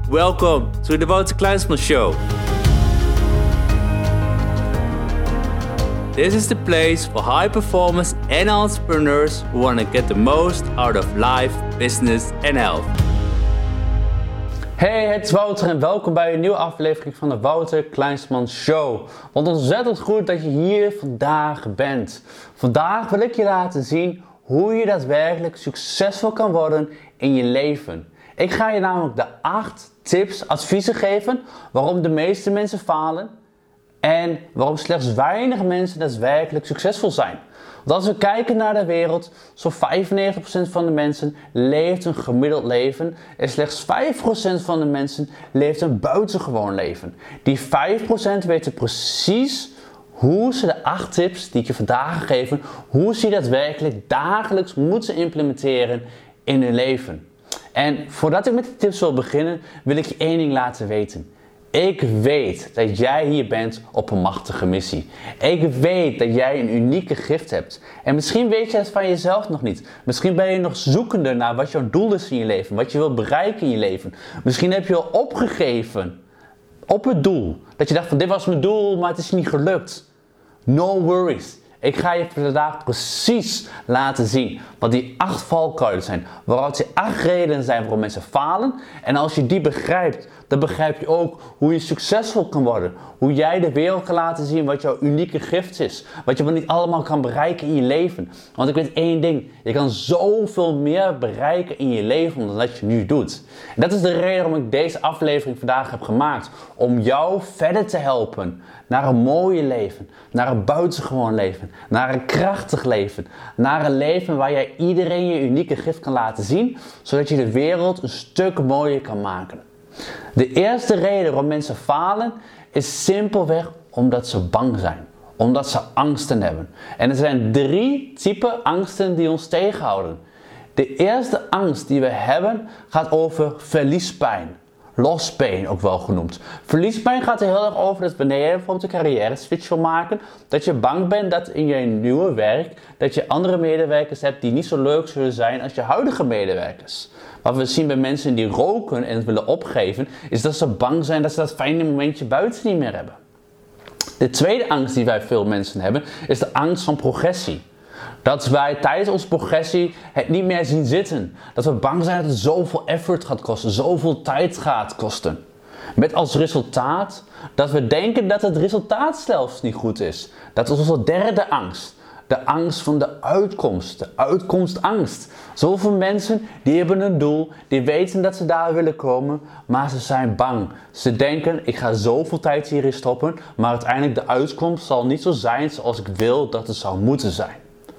Welcome to the Wouter Kleinsman Show. This is the place for high performers and entrepreneurs who want to get the most out of life, business and health. Hey, het is Wouter en welkom bij een nieuwe aflevering van de Wouter Kleinsman Show. Want ontzettend goed dat je hier vandaag bent. Vandaag wil ik je laten zien hoe je daadwerkelijk succesvol kan worden in je leven. Ik ga je namelijk de 8 tips, adviezen geven waarom de meeste mensen falen en waarom slechts weinig mensen daadwerkelijk succesvol zijn. Want als we kijken naar de wereld, zo'n 95% van de mensen leeft een gemiddeld leven en slechts 5% van de mensen leeft een buitengewoon leven. Die 5% weten precies hoe ze de 8 tips die ik je vandaag ga geven, hoe ze daadwerkelijk dagelijks moeten implementeren in hun leven. En voordat ik met de tips wil beginnen, wil ik je één ding laten weten. Ik weet dat jij hier bent op een machtige missie. Ik weet dat jij een unieke gift hebt. En misschien weet je het van jezelf nog niet. Misschien ben je nog zoekende naar wat jouw doel is in je leven. Wat je wilt bereiken in je leven. Misschien heb je al opgegeven op het doel. Dat je dacht van dit was mijn doel, maar het is niet gelukt. No worries. Ik ga je vandaag precies laten zien wat die 8 valkuilen zijn. Waaruit die 8 redenen zijn waarom mensen falen. En als je die begrijpt, dan begrijp je ook hoe je succesvol kan worden. Hoe jij de wereld kan laten zien wat jouw unieke gift is. Wat je wel niet allemaal kan bereiken in je leven. Want ik weet één ding. Je kan zoveel meer bereiken in je leven dan dat je nu doet. En dat is de reden waarom ik deze aflevering vandaag heb gemaakt. Om jou verder te helpen naar een mooie leven. Naar een buitengewoon leven. Naar een krachtig leven. Naar een leven waar jij iedereen je unieke gift kan laten zien. Zodat je de wereld een stuk mooier kan maken. De eerste reden waarom mensen falen is simpelweg omdat ze bang zijn. Omdat ze angsten hebben. En er zijn 3 typen angsten die ons tegenhouden. De eerste angst die we hebben gaat over verliespijn. Loss pain ook wel genoemd. Verliespijn gaat er heel erg over dat wanneer je bijvoorbeeld een carrière switch wil maken, dat je bang bent dat in je nieuwe werk, dat je andere medewerkers hebt die niet zo leuk zullen zijn als je huidige medewerkers. Wat we zien bij mensen die roken en het willen opgeven, is dat ze bang zijn dat ze dat fijne momentje buiten niet meer hebben. De tweede angst die wij veel mensen hebben, is de angst van progressie. Dat wij tijdens onze progressie het niet meer zien zitten. Dat we bang zijn dat het zoveel effort gaat kosten, zoveel tijd gaat kosten. Met als resultaat dat we denken dat het resultaat zelfs niet goed is. Dat is onze derde angst. De angst van de uitkomstangst. Zoveel mensen die hebben een doel, die weten dat ze daar willen komen, maar ze zijn bang. Ze denken, ik ga zoveel tijd hierin stoppen, maar uiteindelijk de uitkomst zal niet zo zijn zoals ik wil dat het zou moeten zijn.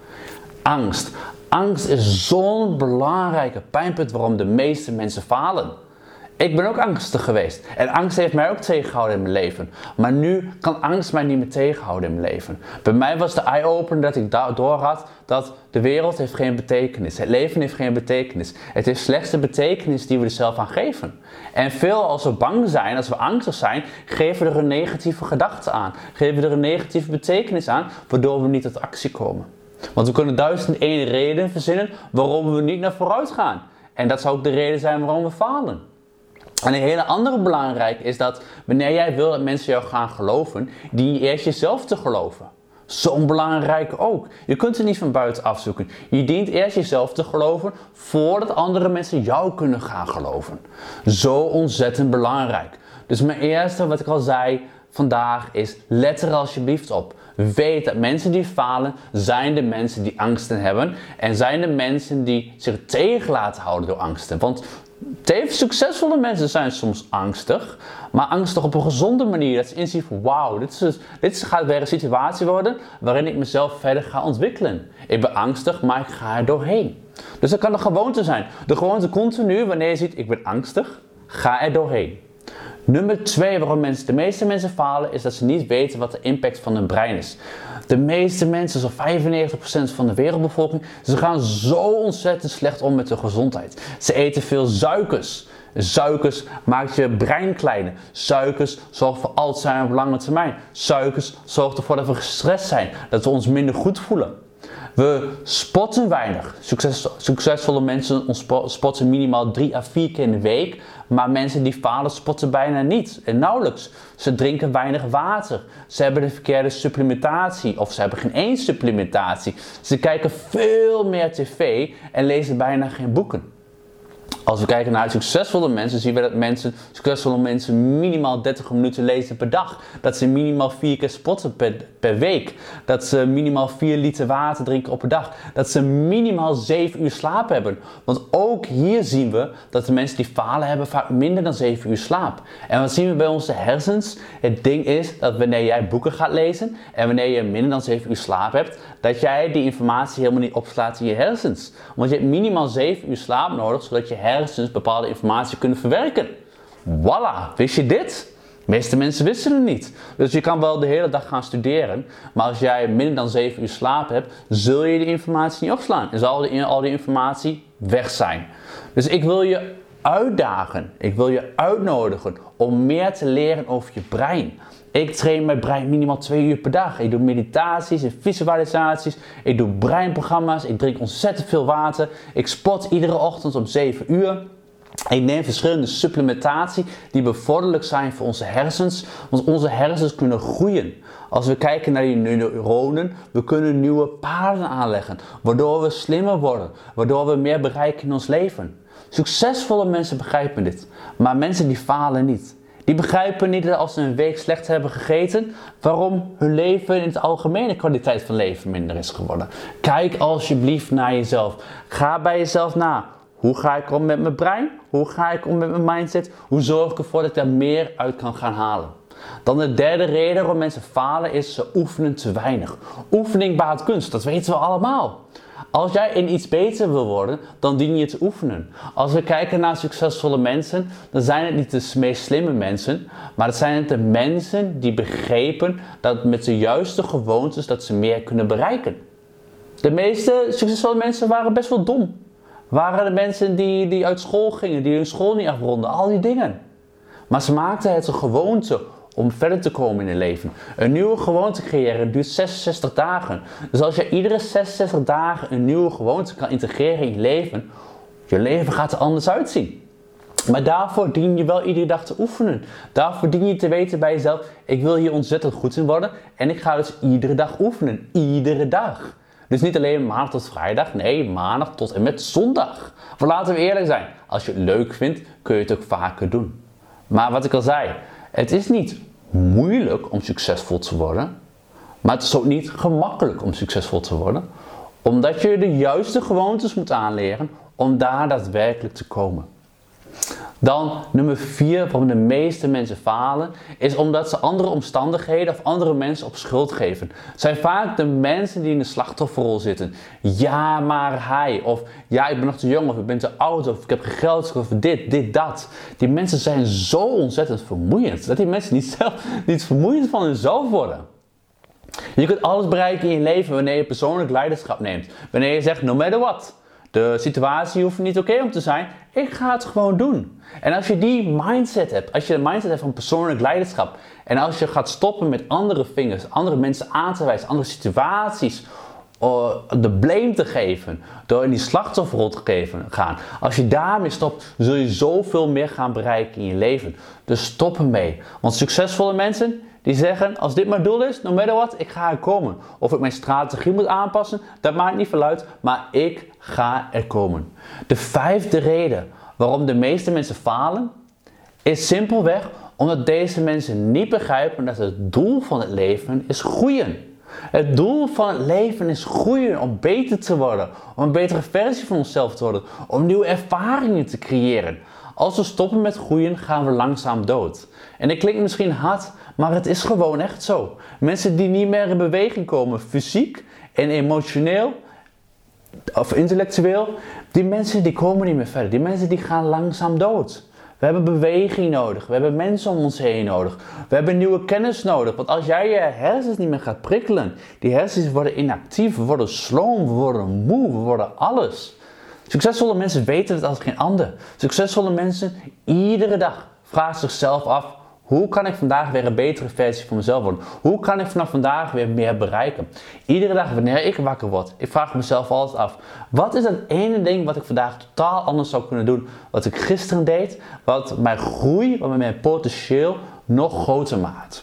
Angst. Angst is zo'n belangrijke pijnpunt waarom de meeste mensen falen. Ik ben ook angstig geweest. En angst heeft mij ook tegengehouden in mijn leven. Maar nu kan angst mij niet meer tegenhouden in mijn leven. Bij mij was de eye-opener dat ik door had dat de wereld heeft geen betekenis. Het leven heeft geen betekenis. Het heeft slechts de betekenis die we er zelf aan geven. En veel als we bang zijn, als we angstig zijn, geven we er een negatieve gedachte aan. Geven we er een negatieve betekenis aan, waardoor we niet tot actie komen. Want we kunnen 1001 redenen verzinnen waarom we niet naar vooruit gaan. En dat zou ook de reden zijn waarom we falen. En een hele andere belangrijke is dat wanneer jij wil dat mensen jou gaan geloven, dien je eerst jezelf te geloven. Zo'n belangrijke ook. Je kunt het niet van buiten afzoeken. Je dient eerst jezelf te geloven voordat andere mensen jou kunnen gaan geloven. Zo ontzettend belangrijk. Dus mijn eerste, wat ik al zei vandaag, is let er alsjeblieft op. Weet dat mensen die falen zijn de mensen die angsten hebben en zijn de mensen die zich tegen laten houden door angsten. Want tevens succesvolle mensen zijn soms angstig, maar angstig op een gezonde manier. Dat ze inzien van wauw, dit gaat weer een situatie worden waarin ik mezelf verder ga ontwikkelen. Ik ben angstig, maar ik ga er doorheen. Dus dat kan de gewoonte zijn. De gewoonte continu, wanneer je ziet ik ben angstig, ga er doorheen. Nummer 2 waarom de meeste mensen falen is dat ze niet weten wat de impact van hun brein is. De meeste mensen, zo'n 95% van de wereldbevolking, ze gaan zo ontzettend slecht om met hun gezondheid. Ze eten veel suikers. Suikers maakt je brein kleiner. Suikers zorgen voor Alzheimer op lange termijn. Suikers zorgen ervoor dat we gestrest zijn, dat we ons minder goed voelen. We sporten weinig. Succesvolle mensen sporten minimaal 3 à 4 keer in de week. Maar mensen die falen sporten bijna niet en nauwelijks. Ze drinken weinig water. Ze hebben de verkeerde supplementatie of ze hebben geen één supplementatie. Ze kijken veel meer tv en lezen bijna geen boeken. Als we kijken naar succesvolle mensen, zien we dat succesvolle mensen minimaal 30 minuten lezen per dag. Dat ze minimaal 4 keer sporten per week. Dat ze minimaal 4 liter water drinken op een dag. Dat ze minimaal 7 uur slaap hebben. Want ook hier zien we dat de mensen die falen hebben vaak minder dan 7 uur slaap. En wat zien we bij onze hersens? Het ding is dat wanneer jij boeken gaat lezen en wanneer je minder dan 7 uur slaap hebt, dat jij die informatie helemaal niet opslaat in je hersens. Want je hebt minimaal 7 uur slaap nodig, zodat je hersens bepaalde informatie kunnen verwerken. Voilà, wist je dit? De meeste mensen wisten het niet. Dus je kan wel de hele dag gaan studeren, maar als jij minder dan 7 uur slaap hebt, zul je die informatie niet opslaan. En zal al die informatie weg zijn. Dus ik wil je uitdagen, ik wil je uitnodigen om meer te leren over je brein. Ik train mijn brein minimaal 2 uur per dag. Ik doe meditaties en visualisaties. Ik doe breinprogramma's. Ik drink ontzettend veel water. Ik sport iedere ochtend om 7 uur. Ik neem verschillende supplementatie die bevorderlijk zijn voor onze hersens. Want onze hersens kunnen groeien. Als we kijken naar die neuronen, we kunnen nieuwe paden aanleggen. Waardoor we slimmer worden. Waardoor we meer bereiken in ons leven. Succesvolle mensen begrijpen dit. Maar mensen die falen niet. Die begrijpen niet dat als ze een week slecht hebben gegeten, waarom hun leven in het algemene kwaliteit van leven minder is geworden. Kijk alsjeblieft naar jezelf. Ga bij jezelf na. Hoe ga ik om met mijn brein? Hoe ga ik om met mijn mindset? Hoe zorg ik ervoor dat ik daar meer uit kan gaan halen? Dan de derde reden waarom mensen falen is ze oefenen te weinig. Oefening baart kunst, dat weten we allemaal. Als jij in iets beter wil worden, dan dien je te oefenen. Als we kijken naar succesvolle mensen, dan zijn het niet de meest slimme mensen, maar het zijn de mensen die begrepen dat met de juiste gewoontes dat ze meer kunnen bereiken. De meeste succesvolle mensen waren best wel dom. Waren de mensen die uit school gingen, die hun school niet afronden, al die dingen. Maar ze maakten het een gewoonte om verder te komen in het leven. Een nieuwe gewoonte creëren duurt 66 dagen. Dus als je iedere 66 dagen een nieuwe gewoonte kan integreren in je leven gaat er anders uitzien. Maar daarvoor dien je wel iedere dag te oefenen. Daarvoor dien je te weten bij jezelf, ik wil hier ontzettend goed in worden en ik ga dus iedere dag oefenen. Iedere dag. Dus niet alleen maandag tot vrijdag, nee, maandag tot en met zondag. Maar laten we eerlijk zijn, als je het leuk vindt, kun je het ook vaker doen. Maar wat ik al zei, het is niet moeilijk om succesvol te worden, maar het is ook niet gemakkelijk om succesvol te worden, omdat je de juiste gewoontes moet aanleren om daar daadwerkelijk te komen. Dan nummer 4, waarom de meeste mensen falen, is omdat ze andere omstandigheden of andere mensen op schuld geven. Het zijn vaak de mensen die in de slachtofferrol zitten. Ja, maar hij, of ja, ik ben nog te jong, of ik ben te oud, of ik heb geen geld, of dit, dat. Die mensen zijn zo ontzettend vermoeiend, dat die mensen niet vermoeiend van hunzelf worden. Je kunt alles bereiken in je leven wanneer je persoonlijk leiderschap neemt. Wanneer je zegt, no matter what. De situatie hoeft niet oké om te zijn. Ik ga het gewoon doen. En als je die mindset hebt, als je de mindset hebt van persoonlijk leiderschap, en als je gaat stoppen met andere vingers, andere mensen aan te wijzen, andere situaties, de blame te geven, door in die slachtofferrol te gaan. Als je daarmee stopt, zul je zoveel meer gaan bereiken in je leven. Dus stop ermee. Want succesvolle mensen, die zeggen, als dit mijn doel is, no matter what, ik ga er komen. Of ik mijn strategie moet aanpassen, dat maakt niet veel uit, maar ik ga er komen. De 5e reden waarom de meeste mensen falen, is simpelweg omdat deze mensen niet begrijpen dat het doel van het leven is groeien. Het doel van het leven is groeien, om beter te worden, om een betere versie van onszelf te worden, om nieuwe ervaringen te creëren. Als we stoppen met groeien, gaan we langzaam dood. En dat klinkt misschien hard, maar het is gewoon echt zo. Mensen die niet meer in beweging komen, fysiek en emotioneel of intellectueel, die mensen die komen niet meer verder. Die mensen die gaan langzaam dood. We hebben beweging nodig. We hebben mensen om ons heen nodig. We hebben nieuwe kennis nodig. Want als jij je hersens niet meer gaat prikkelen, die hersens worden inactief, we worden sloom, we worden moe, we worden alles. Succesvolle mensen weten het als geen ander. Succesvolle mensen iedere dag vragen zichzelf af, Hoe kan ik vandaag weer een betere versie van mezelf worden? Hoe kan ik vanaf vandaag weer meer bereiken? Iedere dag wanneer ik wakker word, ik vraag mezelf altijd af. Wat is dat ene ding wat ik vandaag totaal anders zou kunnen doen? Wat ik gisteren deed, wat mijn groei, wat mijn potentieel nog groter maakt.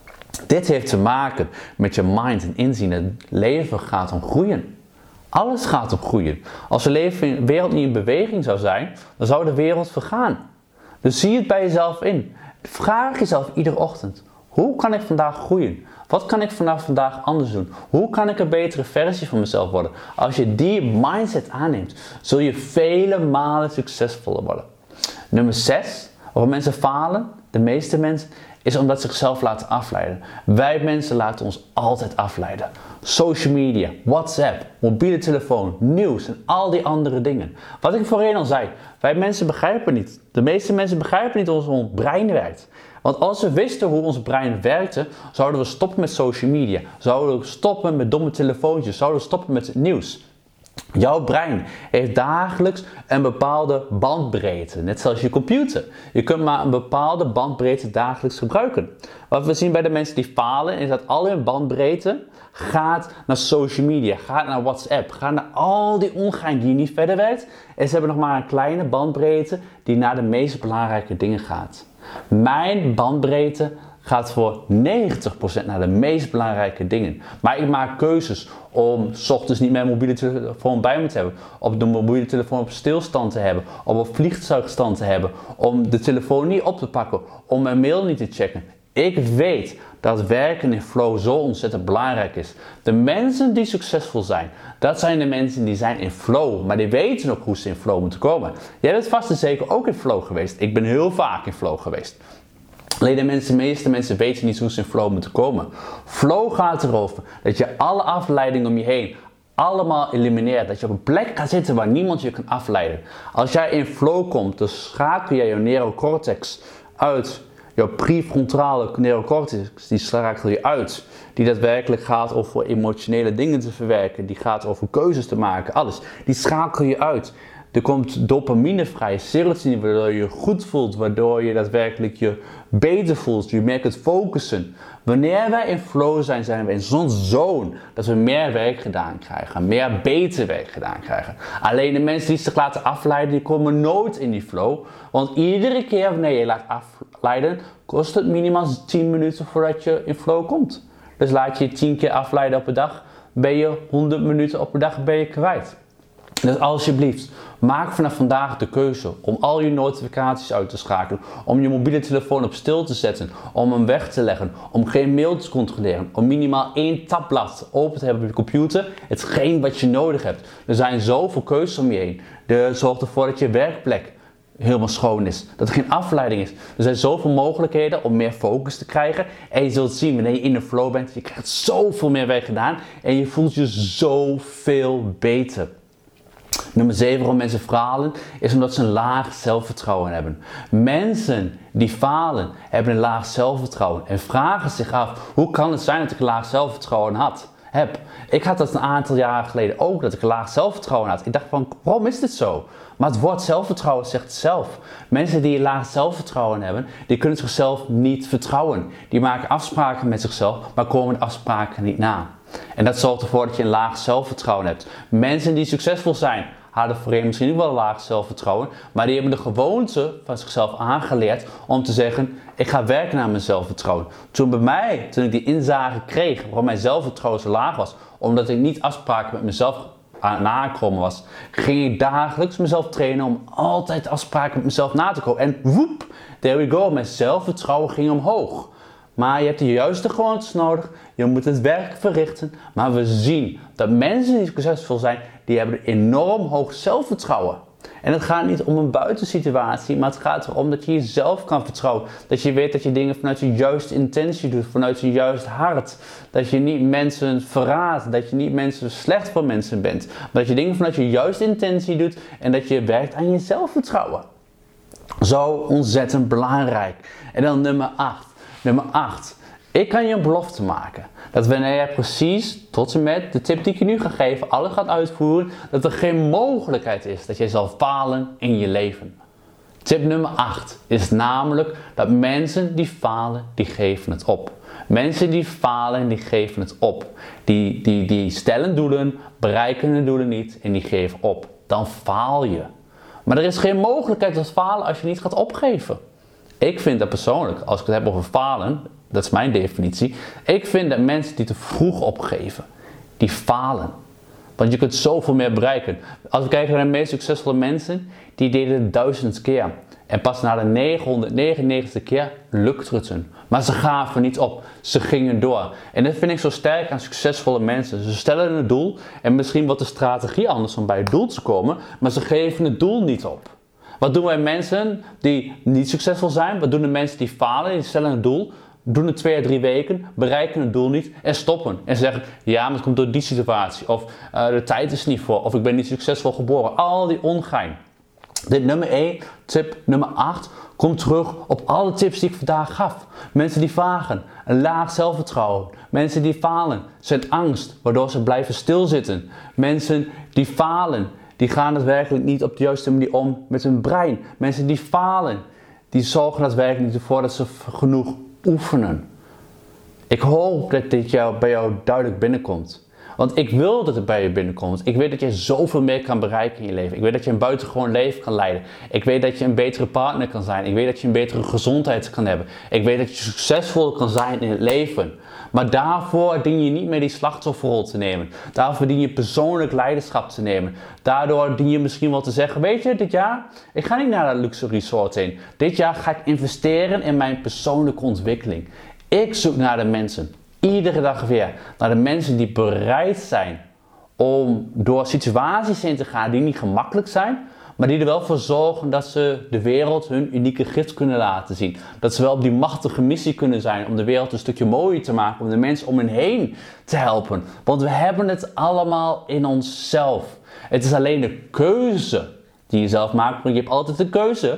Dit heeft te maken met je mind en inzien. Het leven gaat om groeien. Alles gaat om groeien. Als de wereld niet in beweging zou zijn, dan zou de wereld vergaan. Dus zie het bij jezelf in. Vraag jezelf iedere ochtend. Hoe kan ik vandaag groeien? Wat kan ik vandaag anders doen? Hoe kan ik een betere versie van mezelf worden? Als je die mindset aanneemt, zul je vele malen succesvoller worden. Nummer 6, waarom mensen falen, de meeste mensen, is omdat ze zichzelf laten afleiden. Wij mensen laten ons altijd afleiden. Social media, WhatsApp, mobiele telefoon, nieuws en al die andere dingen. Wat ik voorheen al zei, wij mensen begrijpen niet. De meeste mensen begrijpen niet hoe ons brein werkt. Want als we wisten hoe ons brein werkte, zouden we stoppen met social media. Zouden we stoppen met domme telefoontjes. Zouden we stoppen met het nieuws. Jouw brein heeft dagelijks een bepaalde bandbreedte, net zoals je computer. Je kunt maar een bepaalde bandbreedte dagelijks gebruiken. Wat we zien bij de mensen die falen is dat al hun bandbreedte gaat naar social media, gaat naar WhatsApp, gaat naar al die ongein die niet verder werkt. En ze hebben nog maar een kleine bandbreedte die naar de meest belangrijke dingen gaat. Mijn bandbreedte gaat voor 90% naar de meest belangrijke dingen. Maar ik maak keuzes om 's ochtends niet mijn mobiele telefoon bij me te hebben. Om de mobiele telefoon op stilstand te hebben. Om op vliegtuigstand te hebben. Om de telefoon niet op te pakken. Om mijn mail niet te checken. Ik weet dat werken in flow zo ontzettend belangrijk is. De mensen die succesvol zijn, dat zijn de mensen die zijn in flow. Maar die weten ook hoe ze in flow moeten komen. Jij bent vast en zeker ook in flow geweest. Ik ben heel vaak in flow geweest. Alleen de meeste mensen weten niet hoe ze in flow moeten komen. Flow gaat erover dat je alle afleidingen om je heen allemaal elimineert. Dat je op een plek gaat zitten waar niemand je kan afleiden. Als jij in flow komt, dan schakel je neocortex uit. Jouw prefrontale neocortex, die schakel je uit. Die daadwerkelijk gaat over emotionele dingen te verwerken. Die gaat over keuzes te maken. Alles. Die schakel je uit. Er komt dopamine vrij, serotonine, waardoor je je goed voelt, waardoor je daadwerkelijk je beter voelt, je meer kunt focussen. Wanneer wij in flow zijn, zijn we in zo'n zone dat we meer werk gedaan krijgen, meer beter werk gedaan krijgen. Alleen de mensen die zich laten afleiden, die komen nooit in die flow, want iedere keer wanneer je je laat afleiden, kost het minimaal 10 minuten voordat je in flow komt. Dus laat je 10 keer afleiden op een dag, ben je 100 minuten op een dag kwijt. Dus alsjeblieft, maak vanaf vandaag de keuze om al je notificaties uit te schakelen, om je mobiele telefoon op stil te zetten, om hem weg te leggen, om geen mail te controleren, om minimaal 1 tabblad open te hebben op je computer, hetgeen wat je nodig hebt. Er zijn zoveel keuzes om je heen. Zorg ervoor dat je werkplek helemaal schoon is, dat er geen afleiding is. Er zijn zoveel mogelijkheden om meer focus te krijgen en je zult zien wanneer je in de flow bent, je krijgt zoveel meer werk gedaan en je voelt je zoveel beter. Nummer 7 waarom mensen falen is omdat ze een laag zelfvertrouwen hebben. Mensen die falen hebben een laag zelfvertrouwen en vragen zich af hoe kan het zijn dat ik een laag zelfvertrouwen heb. Ik had dat een aantal jaren geleden ook, dat ik een laag zelfvertrouwen had. Ik dacht van, waarom is dit zo? Maar het woord zelfvertrouwen zegt het zelf. Mensen die een laag zelfvertrouwen hebben, die kunnen zichzelf niet vertrouwen. Die maken afspraken met zichzelf, maar komen de afspraken niet na. En dat zorgt ervoor dat je een laag zelfvertrouwen hebt. Mensen die succesvol zijn, hadden voorheen misschien ook wel een laag zelfvertrouwen, maar die hebben de gewoonte van zichzelf aangeleerd om te zeggen, ik ga werken aan mijn zelfvertrouwen. Toen ik die inzage kreeg waarom mijn zelfvertrouwen zo laag was, omdat ik niet afspraken met mezelf nakomen was, ging ik dagelijks mezelf trainen om altijd afspraken met mezelf na te komen. En woep, there we go, mijn zelfvertrouwen ging omhoog. Maar je hebt de juiste gewoontes nodig, je moet het werk verrichten. Maar we zien dat mensen die succesvol zijn, die hebben enorm hoog zelfvertrouwen. En het gaat niet om een buitensituatie, maar het gaat erom dat je jezelf kan vertrouwen. Dat je weet dat je dingen vanuit je juiste intentie doet, vanuit je juist hart. Dat je niet mensen verraadt, dat je niet mensen slecht voor mensen bent. Maar dat je dingen vanuit je juiste intentie doet en dat je werkt aan je zelfvertrouwen. Zo ontzettend belangrijk. En dan nummer 8. Nummer 8. Ik kan je een belofte maken. Dat wanneer je precies, tot en met de tip die ik je nu ga geven, alles gaat uitvoeren, dat er geen mogelijkheid is dat je zal falen in je leven. Tip nummer 8 is namelijk dat mensen die falen, die geven het op. Mensen die falen, die geven het op. Die stellen doelen, bereiken hun doelen niet en die geven op. Dan faal je. Maar er is geen mogelijkheid tot falen als je niet gaat opgeven. Ik vind dat persoonlijk, als ik het heb over falen, dat is mijn definitie. Ik vind dat mensen die te vroeg opgeven, die falen. Want je kunt zoveel meer bereiken. Als we kijken naar de meest succesvolle mensen, die deden het 1000 keer. En pas na de 999ste keer lukt het hun. Maar ze gaven niet op. Ze gingen door. En dat vind ik zo sterk aan succesvolle mensen. Ze stellen een doel en misschien wordt de strategie anders om bij het doel te komen, maar ze geven het doel niet op. Wat doen wij mensen die niet succesvol zijn? Wat doen de mensen die falen? Die stellen een doel, doen het 2 à 3 weken, bereiken het doel niet en stoppen. En zeggen, ja, maar het komt door die situatie. Of de tijd is niet voor. Of ik ben niet succesvol geboren. Al die ongein. Dit nummer 1, tip nummer 8, komt terug op alle tips die ik vandaag gaf. Mensen die vagen, een laag zelfvertrouwen. Mensen die falen, zijn angst, waardoor ze blijven stilzitten. Mensen die falen, die gaan daadwerkelijk niet op de juiste manier om met hun brein. Mensen die falen, die zorgen daadwerkelijk niet ervoor dat ze genoeg oefenen. Ik hoop dat dit bij jou duidelijk binnenkomt. Want ik wil dat het bij je binnenkomt. Ik weet dat je zoveel meer kan bereiken in je leven. Ik weet dat je een buitengewoon leven kan leiden. Ik weet dat je een betere partner kan zijn. Ik weet dat je een betere gezondheid kan hebben. Ik weet dat je succesvol kan zijn in het leven. Maar daarvoor dien je niet meer die slachtofferrol te nemen. Daarvoor dien je persoonlijk leiderschap te nemen. Daardoor dien je misschien wel te zeggen, weet je, dit jaar, ik ga niet naar dat luxe resort heen. Dit jaar ga ik investeren in mijn persoonlijke ontwikkeling. Ik zoek naar de mensen. Iedere dag weer naar de mensen die bereid zijn om door situaties heen te gaan die niet gemakkelijk zijn, maar die er wel voor zorgen dat ze de wereld hun unieke gift kunnen laten zien. Dat ze wel op die machtige missie kunnen zijn om de wereld een stukje mooier te maken, om de mensen om hen heen te helpen. Want we hebben het allemaal in onszelf. Het is alleen de keuze die je zelf maakt, want je hebt altijd de keuze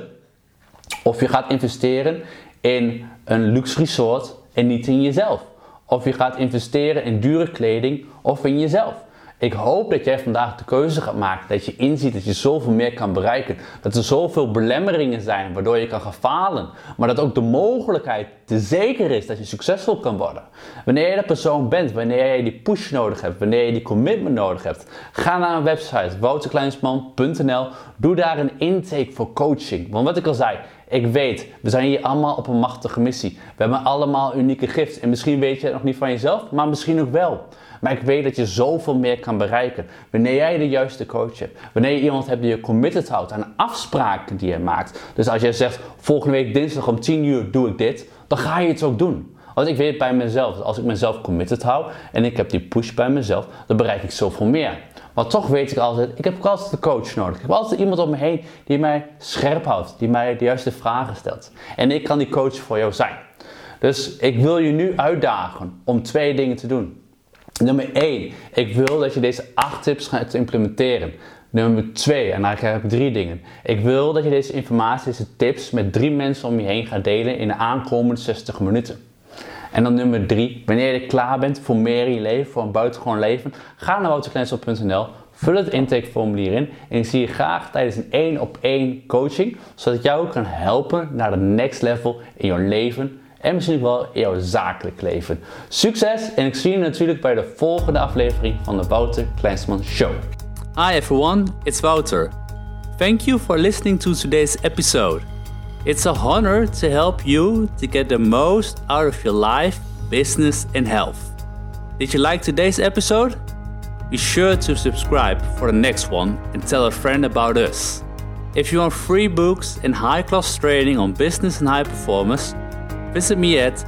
of je gaat investeren in een luxe resort en niet in jezelf. Of je gaat investeren in dure kleding of in jezelf. Ik hoop dat jij vandaag de keuze gaat maken. Dat je inziet dat je zoveel meer kan bereiken. Dat er zoveel belemmeringen zijn waardoor je kan gaan falen. Maar dat ook de mogelijkheid te zeker is dat je succesvol kan worden. Wanneer je dat persoon bent, wanneer jij die push nodig hebt, wanneer je die commitment nodig hebt. Ga naar een website, wouterkleinsman.nl. Doe daar een intake voor coaching. Want wat ik al zei, ik weet, we zijn hier allemaal op een machtige missie. We hebben allemaal unieke giften. En misschien weet je het nog niet van jezelf, maar misschien ook wel. Maar ik weet dat je zoveel meer kan bereiken. Wanneer jij de juiste coach hebt. Wanneer je iemand hebt die je committed houdt aan afspraken die je maakt. Dus als jij zegt, volgende week dinsdag om 10 uur doe ik dit. Dan ga je het ook doen. Want ik weet bij mezelf, als ik mezelf committed hou en ik heb die push bij mezelf, dan bereik ik zoveel meer. Maar toch weet ik altijd, ik heb ook altijd een coach nodig. Ik heb altijd iemand om me heen die mij scherp houdt, die mij de juiste vragen stelt. En ik kan die coach voor jou zijn. Dus ik wil je nu uitdagen om 2 dingen te doen. Nummer 1, ik wil dat je deze 8 tips gaat implementeren. Nummer 2, en dan heb ik 3 dingen. Ik wil dat je deze informatie, deze tips met 3 mensen om je heen gaat delen in de aankomende 60 minuten. En dan nummer 3, wanneer je klaar bent voor meer in je leven, voor een buitengewoon leven, ga naar wouterkleinsman.nl, vul het intakeformulier in en ik zie je graag tijdens een 1-op-1 coaching, zodat ik jou kan helpen naar de next level in jouw leven en misschien wel in jouw zakelijk leven. Succes en ik zie je natuurlijk bij de volgende aflevering van de Wouter Kleinsman Show. Hi everyone, it's Wouter. Thank you for listening to today's episode. It's a honor to help you to get the most out of your life, business and health. Did you like today's episode? Be sure to subscribe for the next one and tell a friend about us. If you want free books and high-class training on business and high performance, visit me at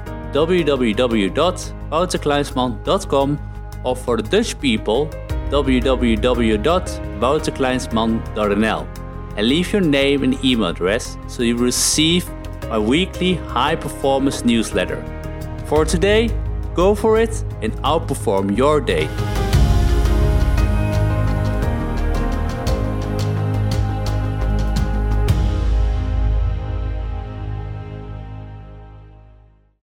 www.wouterkleinsman.com or for the Dutch people, www.wouterkleinsman.nl. And leave your name and email address so you receive my weekly high performance newsletter. For today, go for it and outperform your day.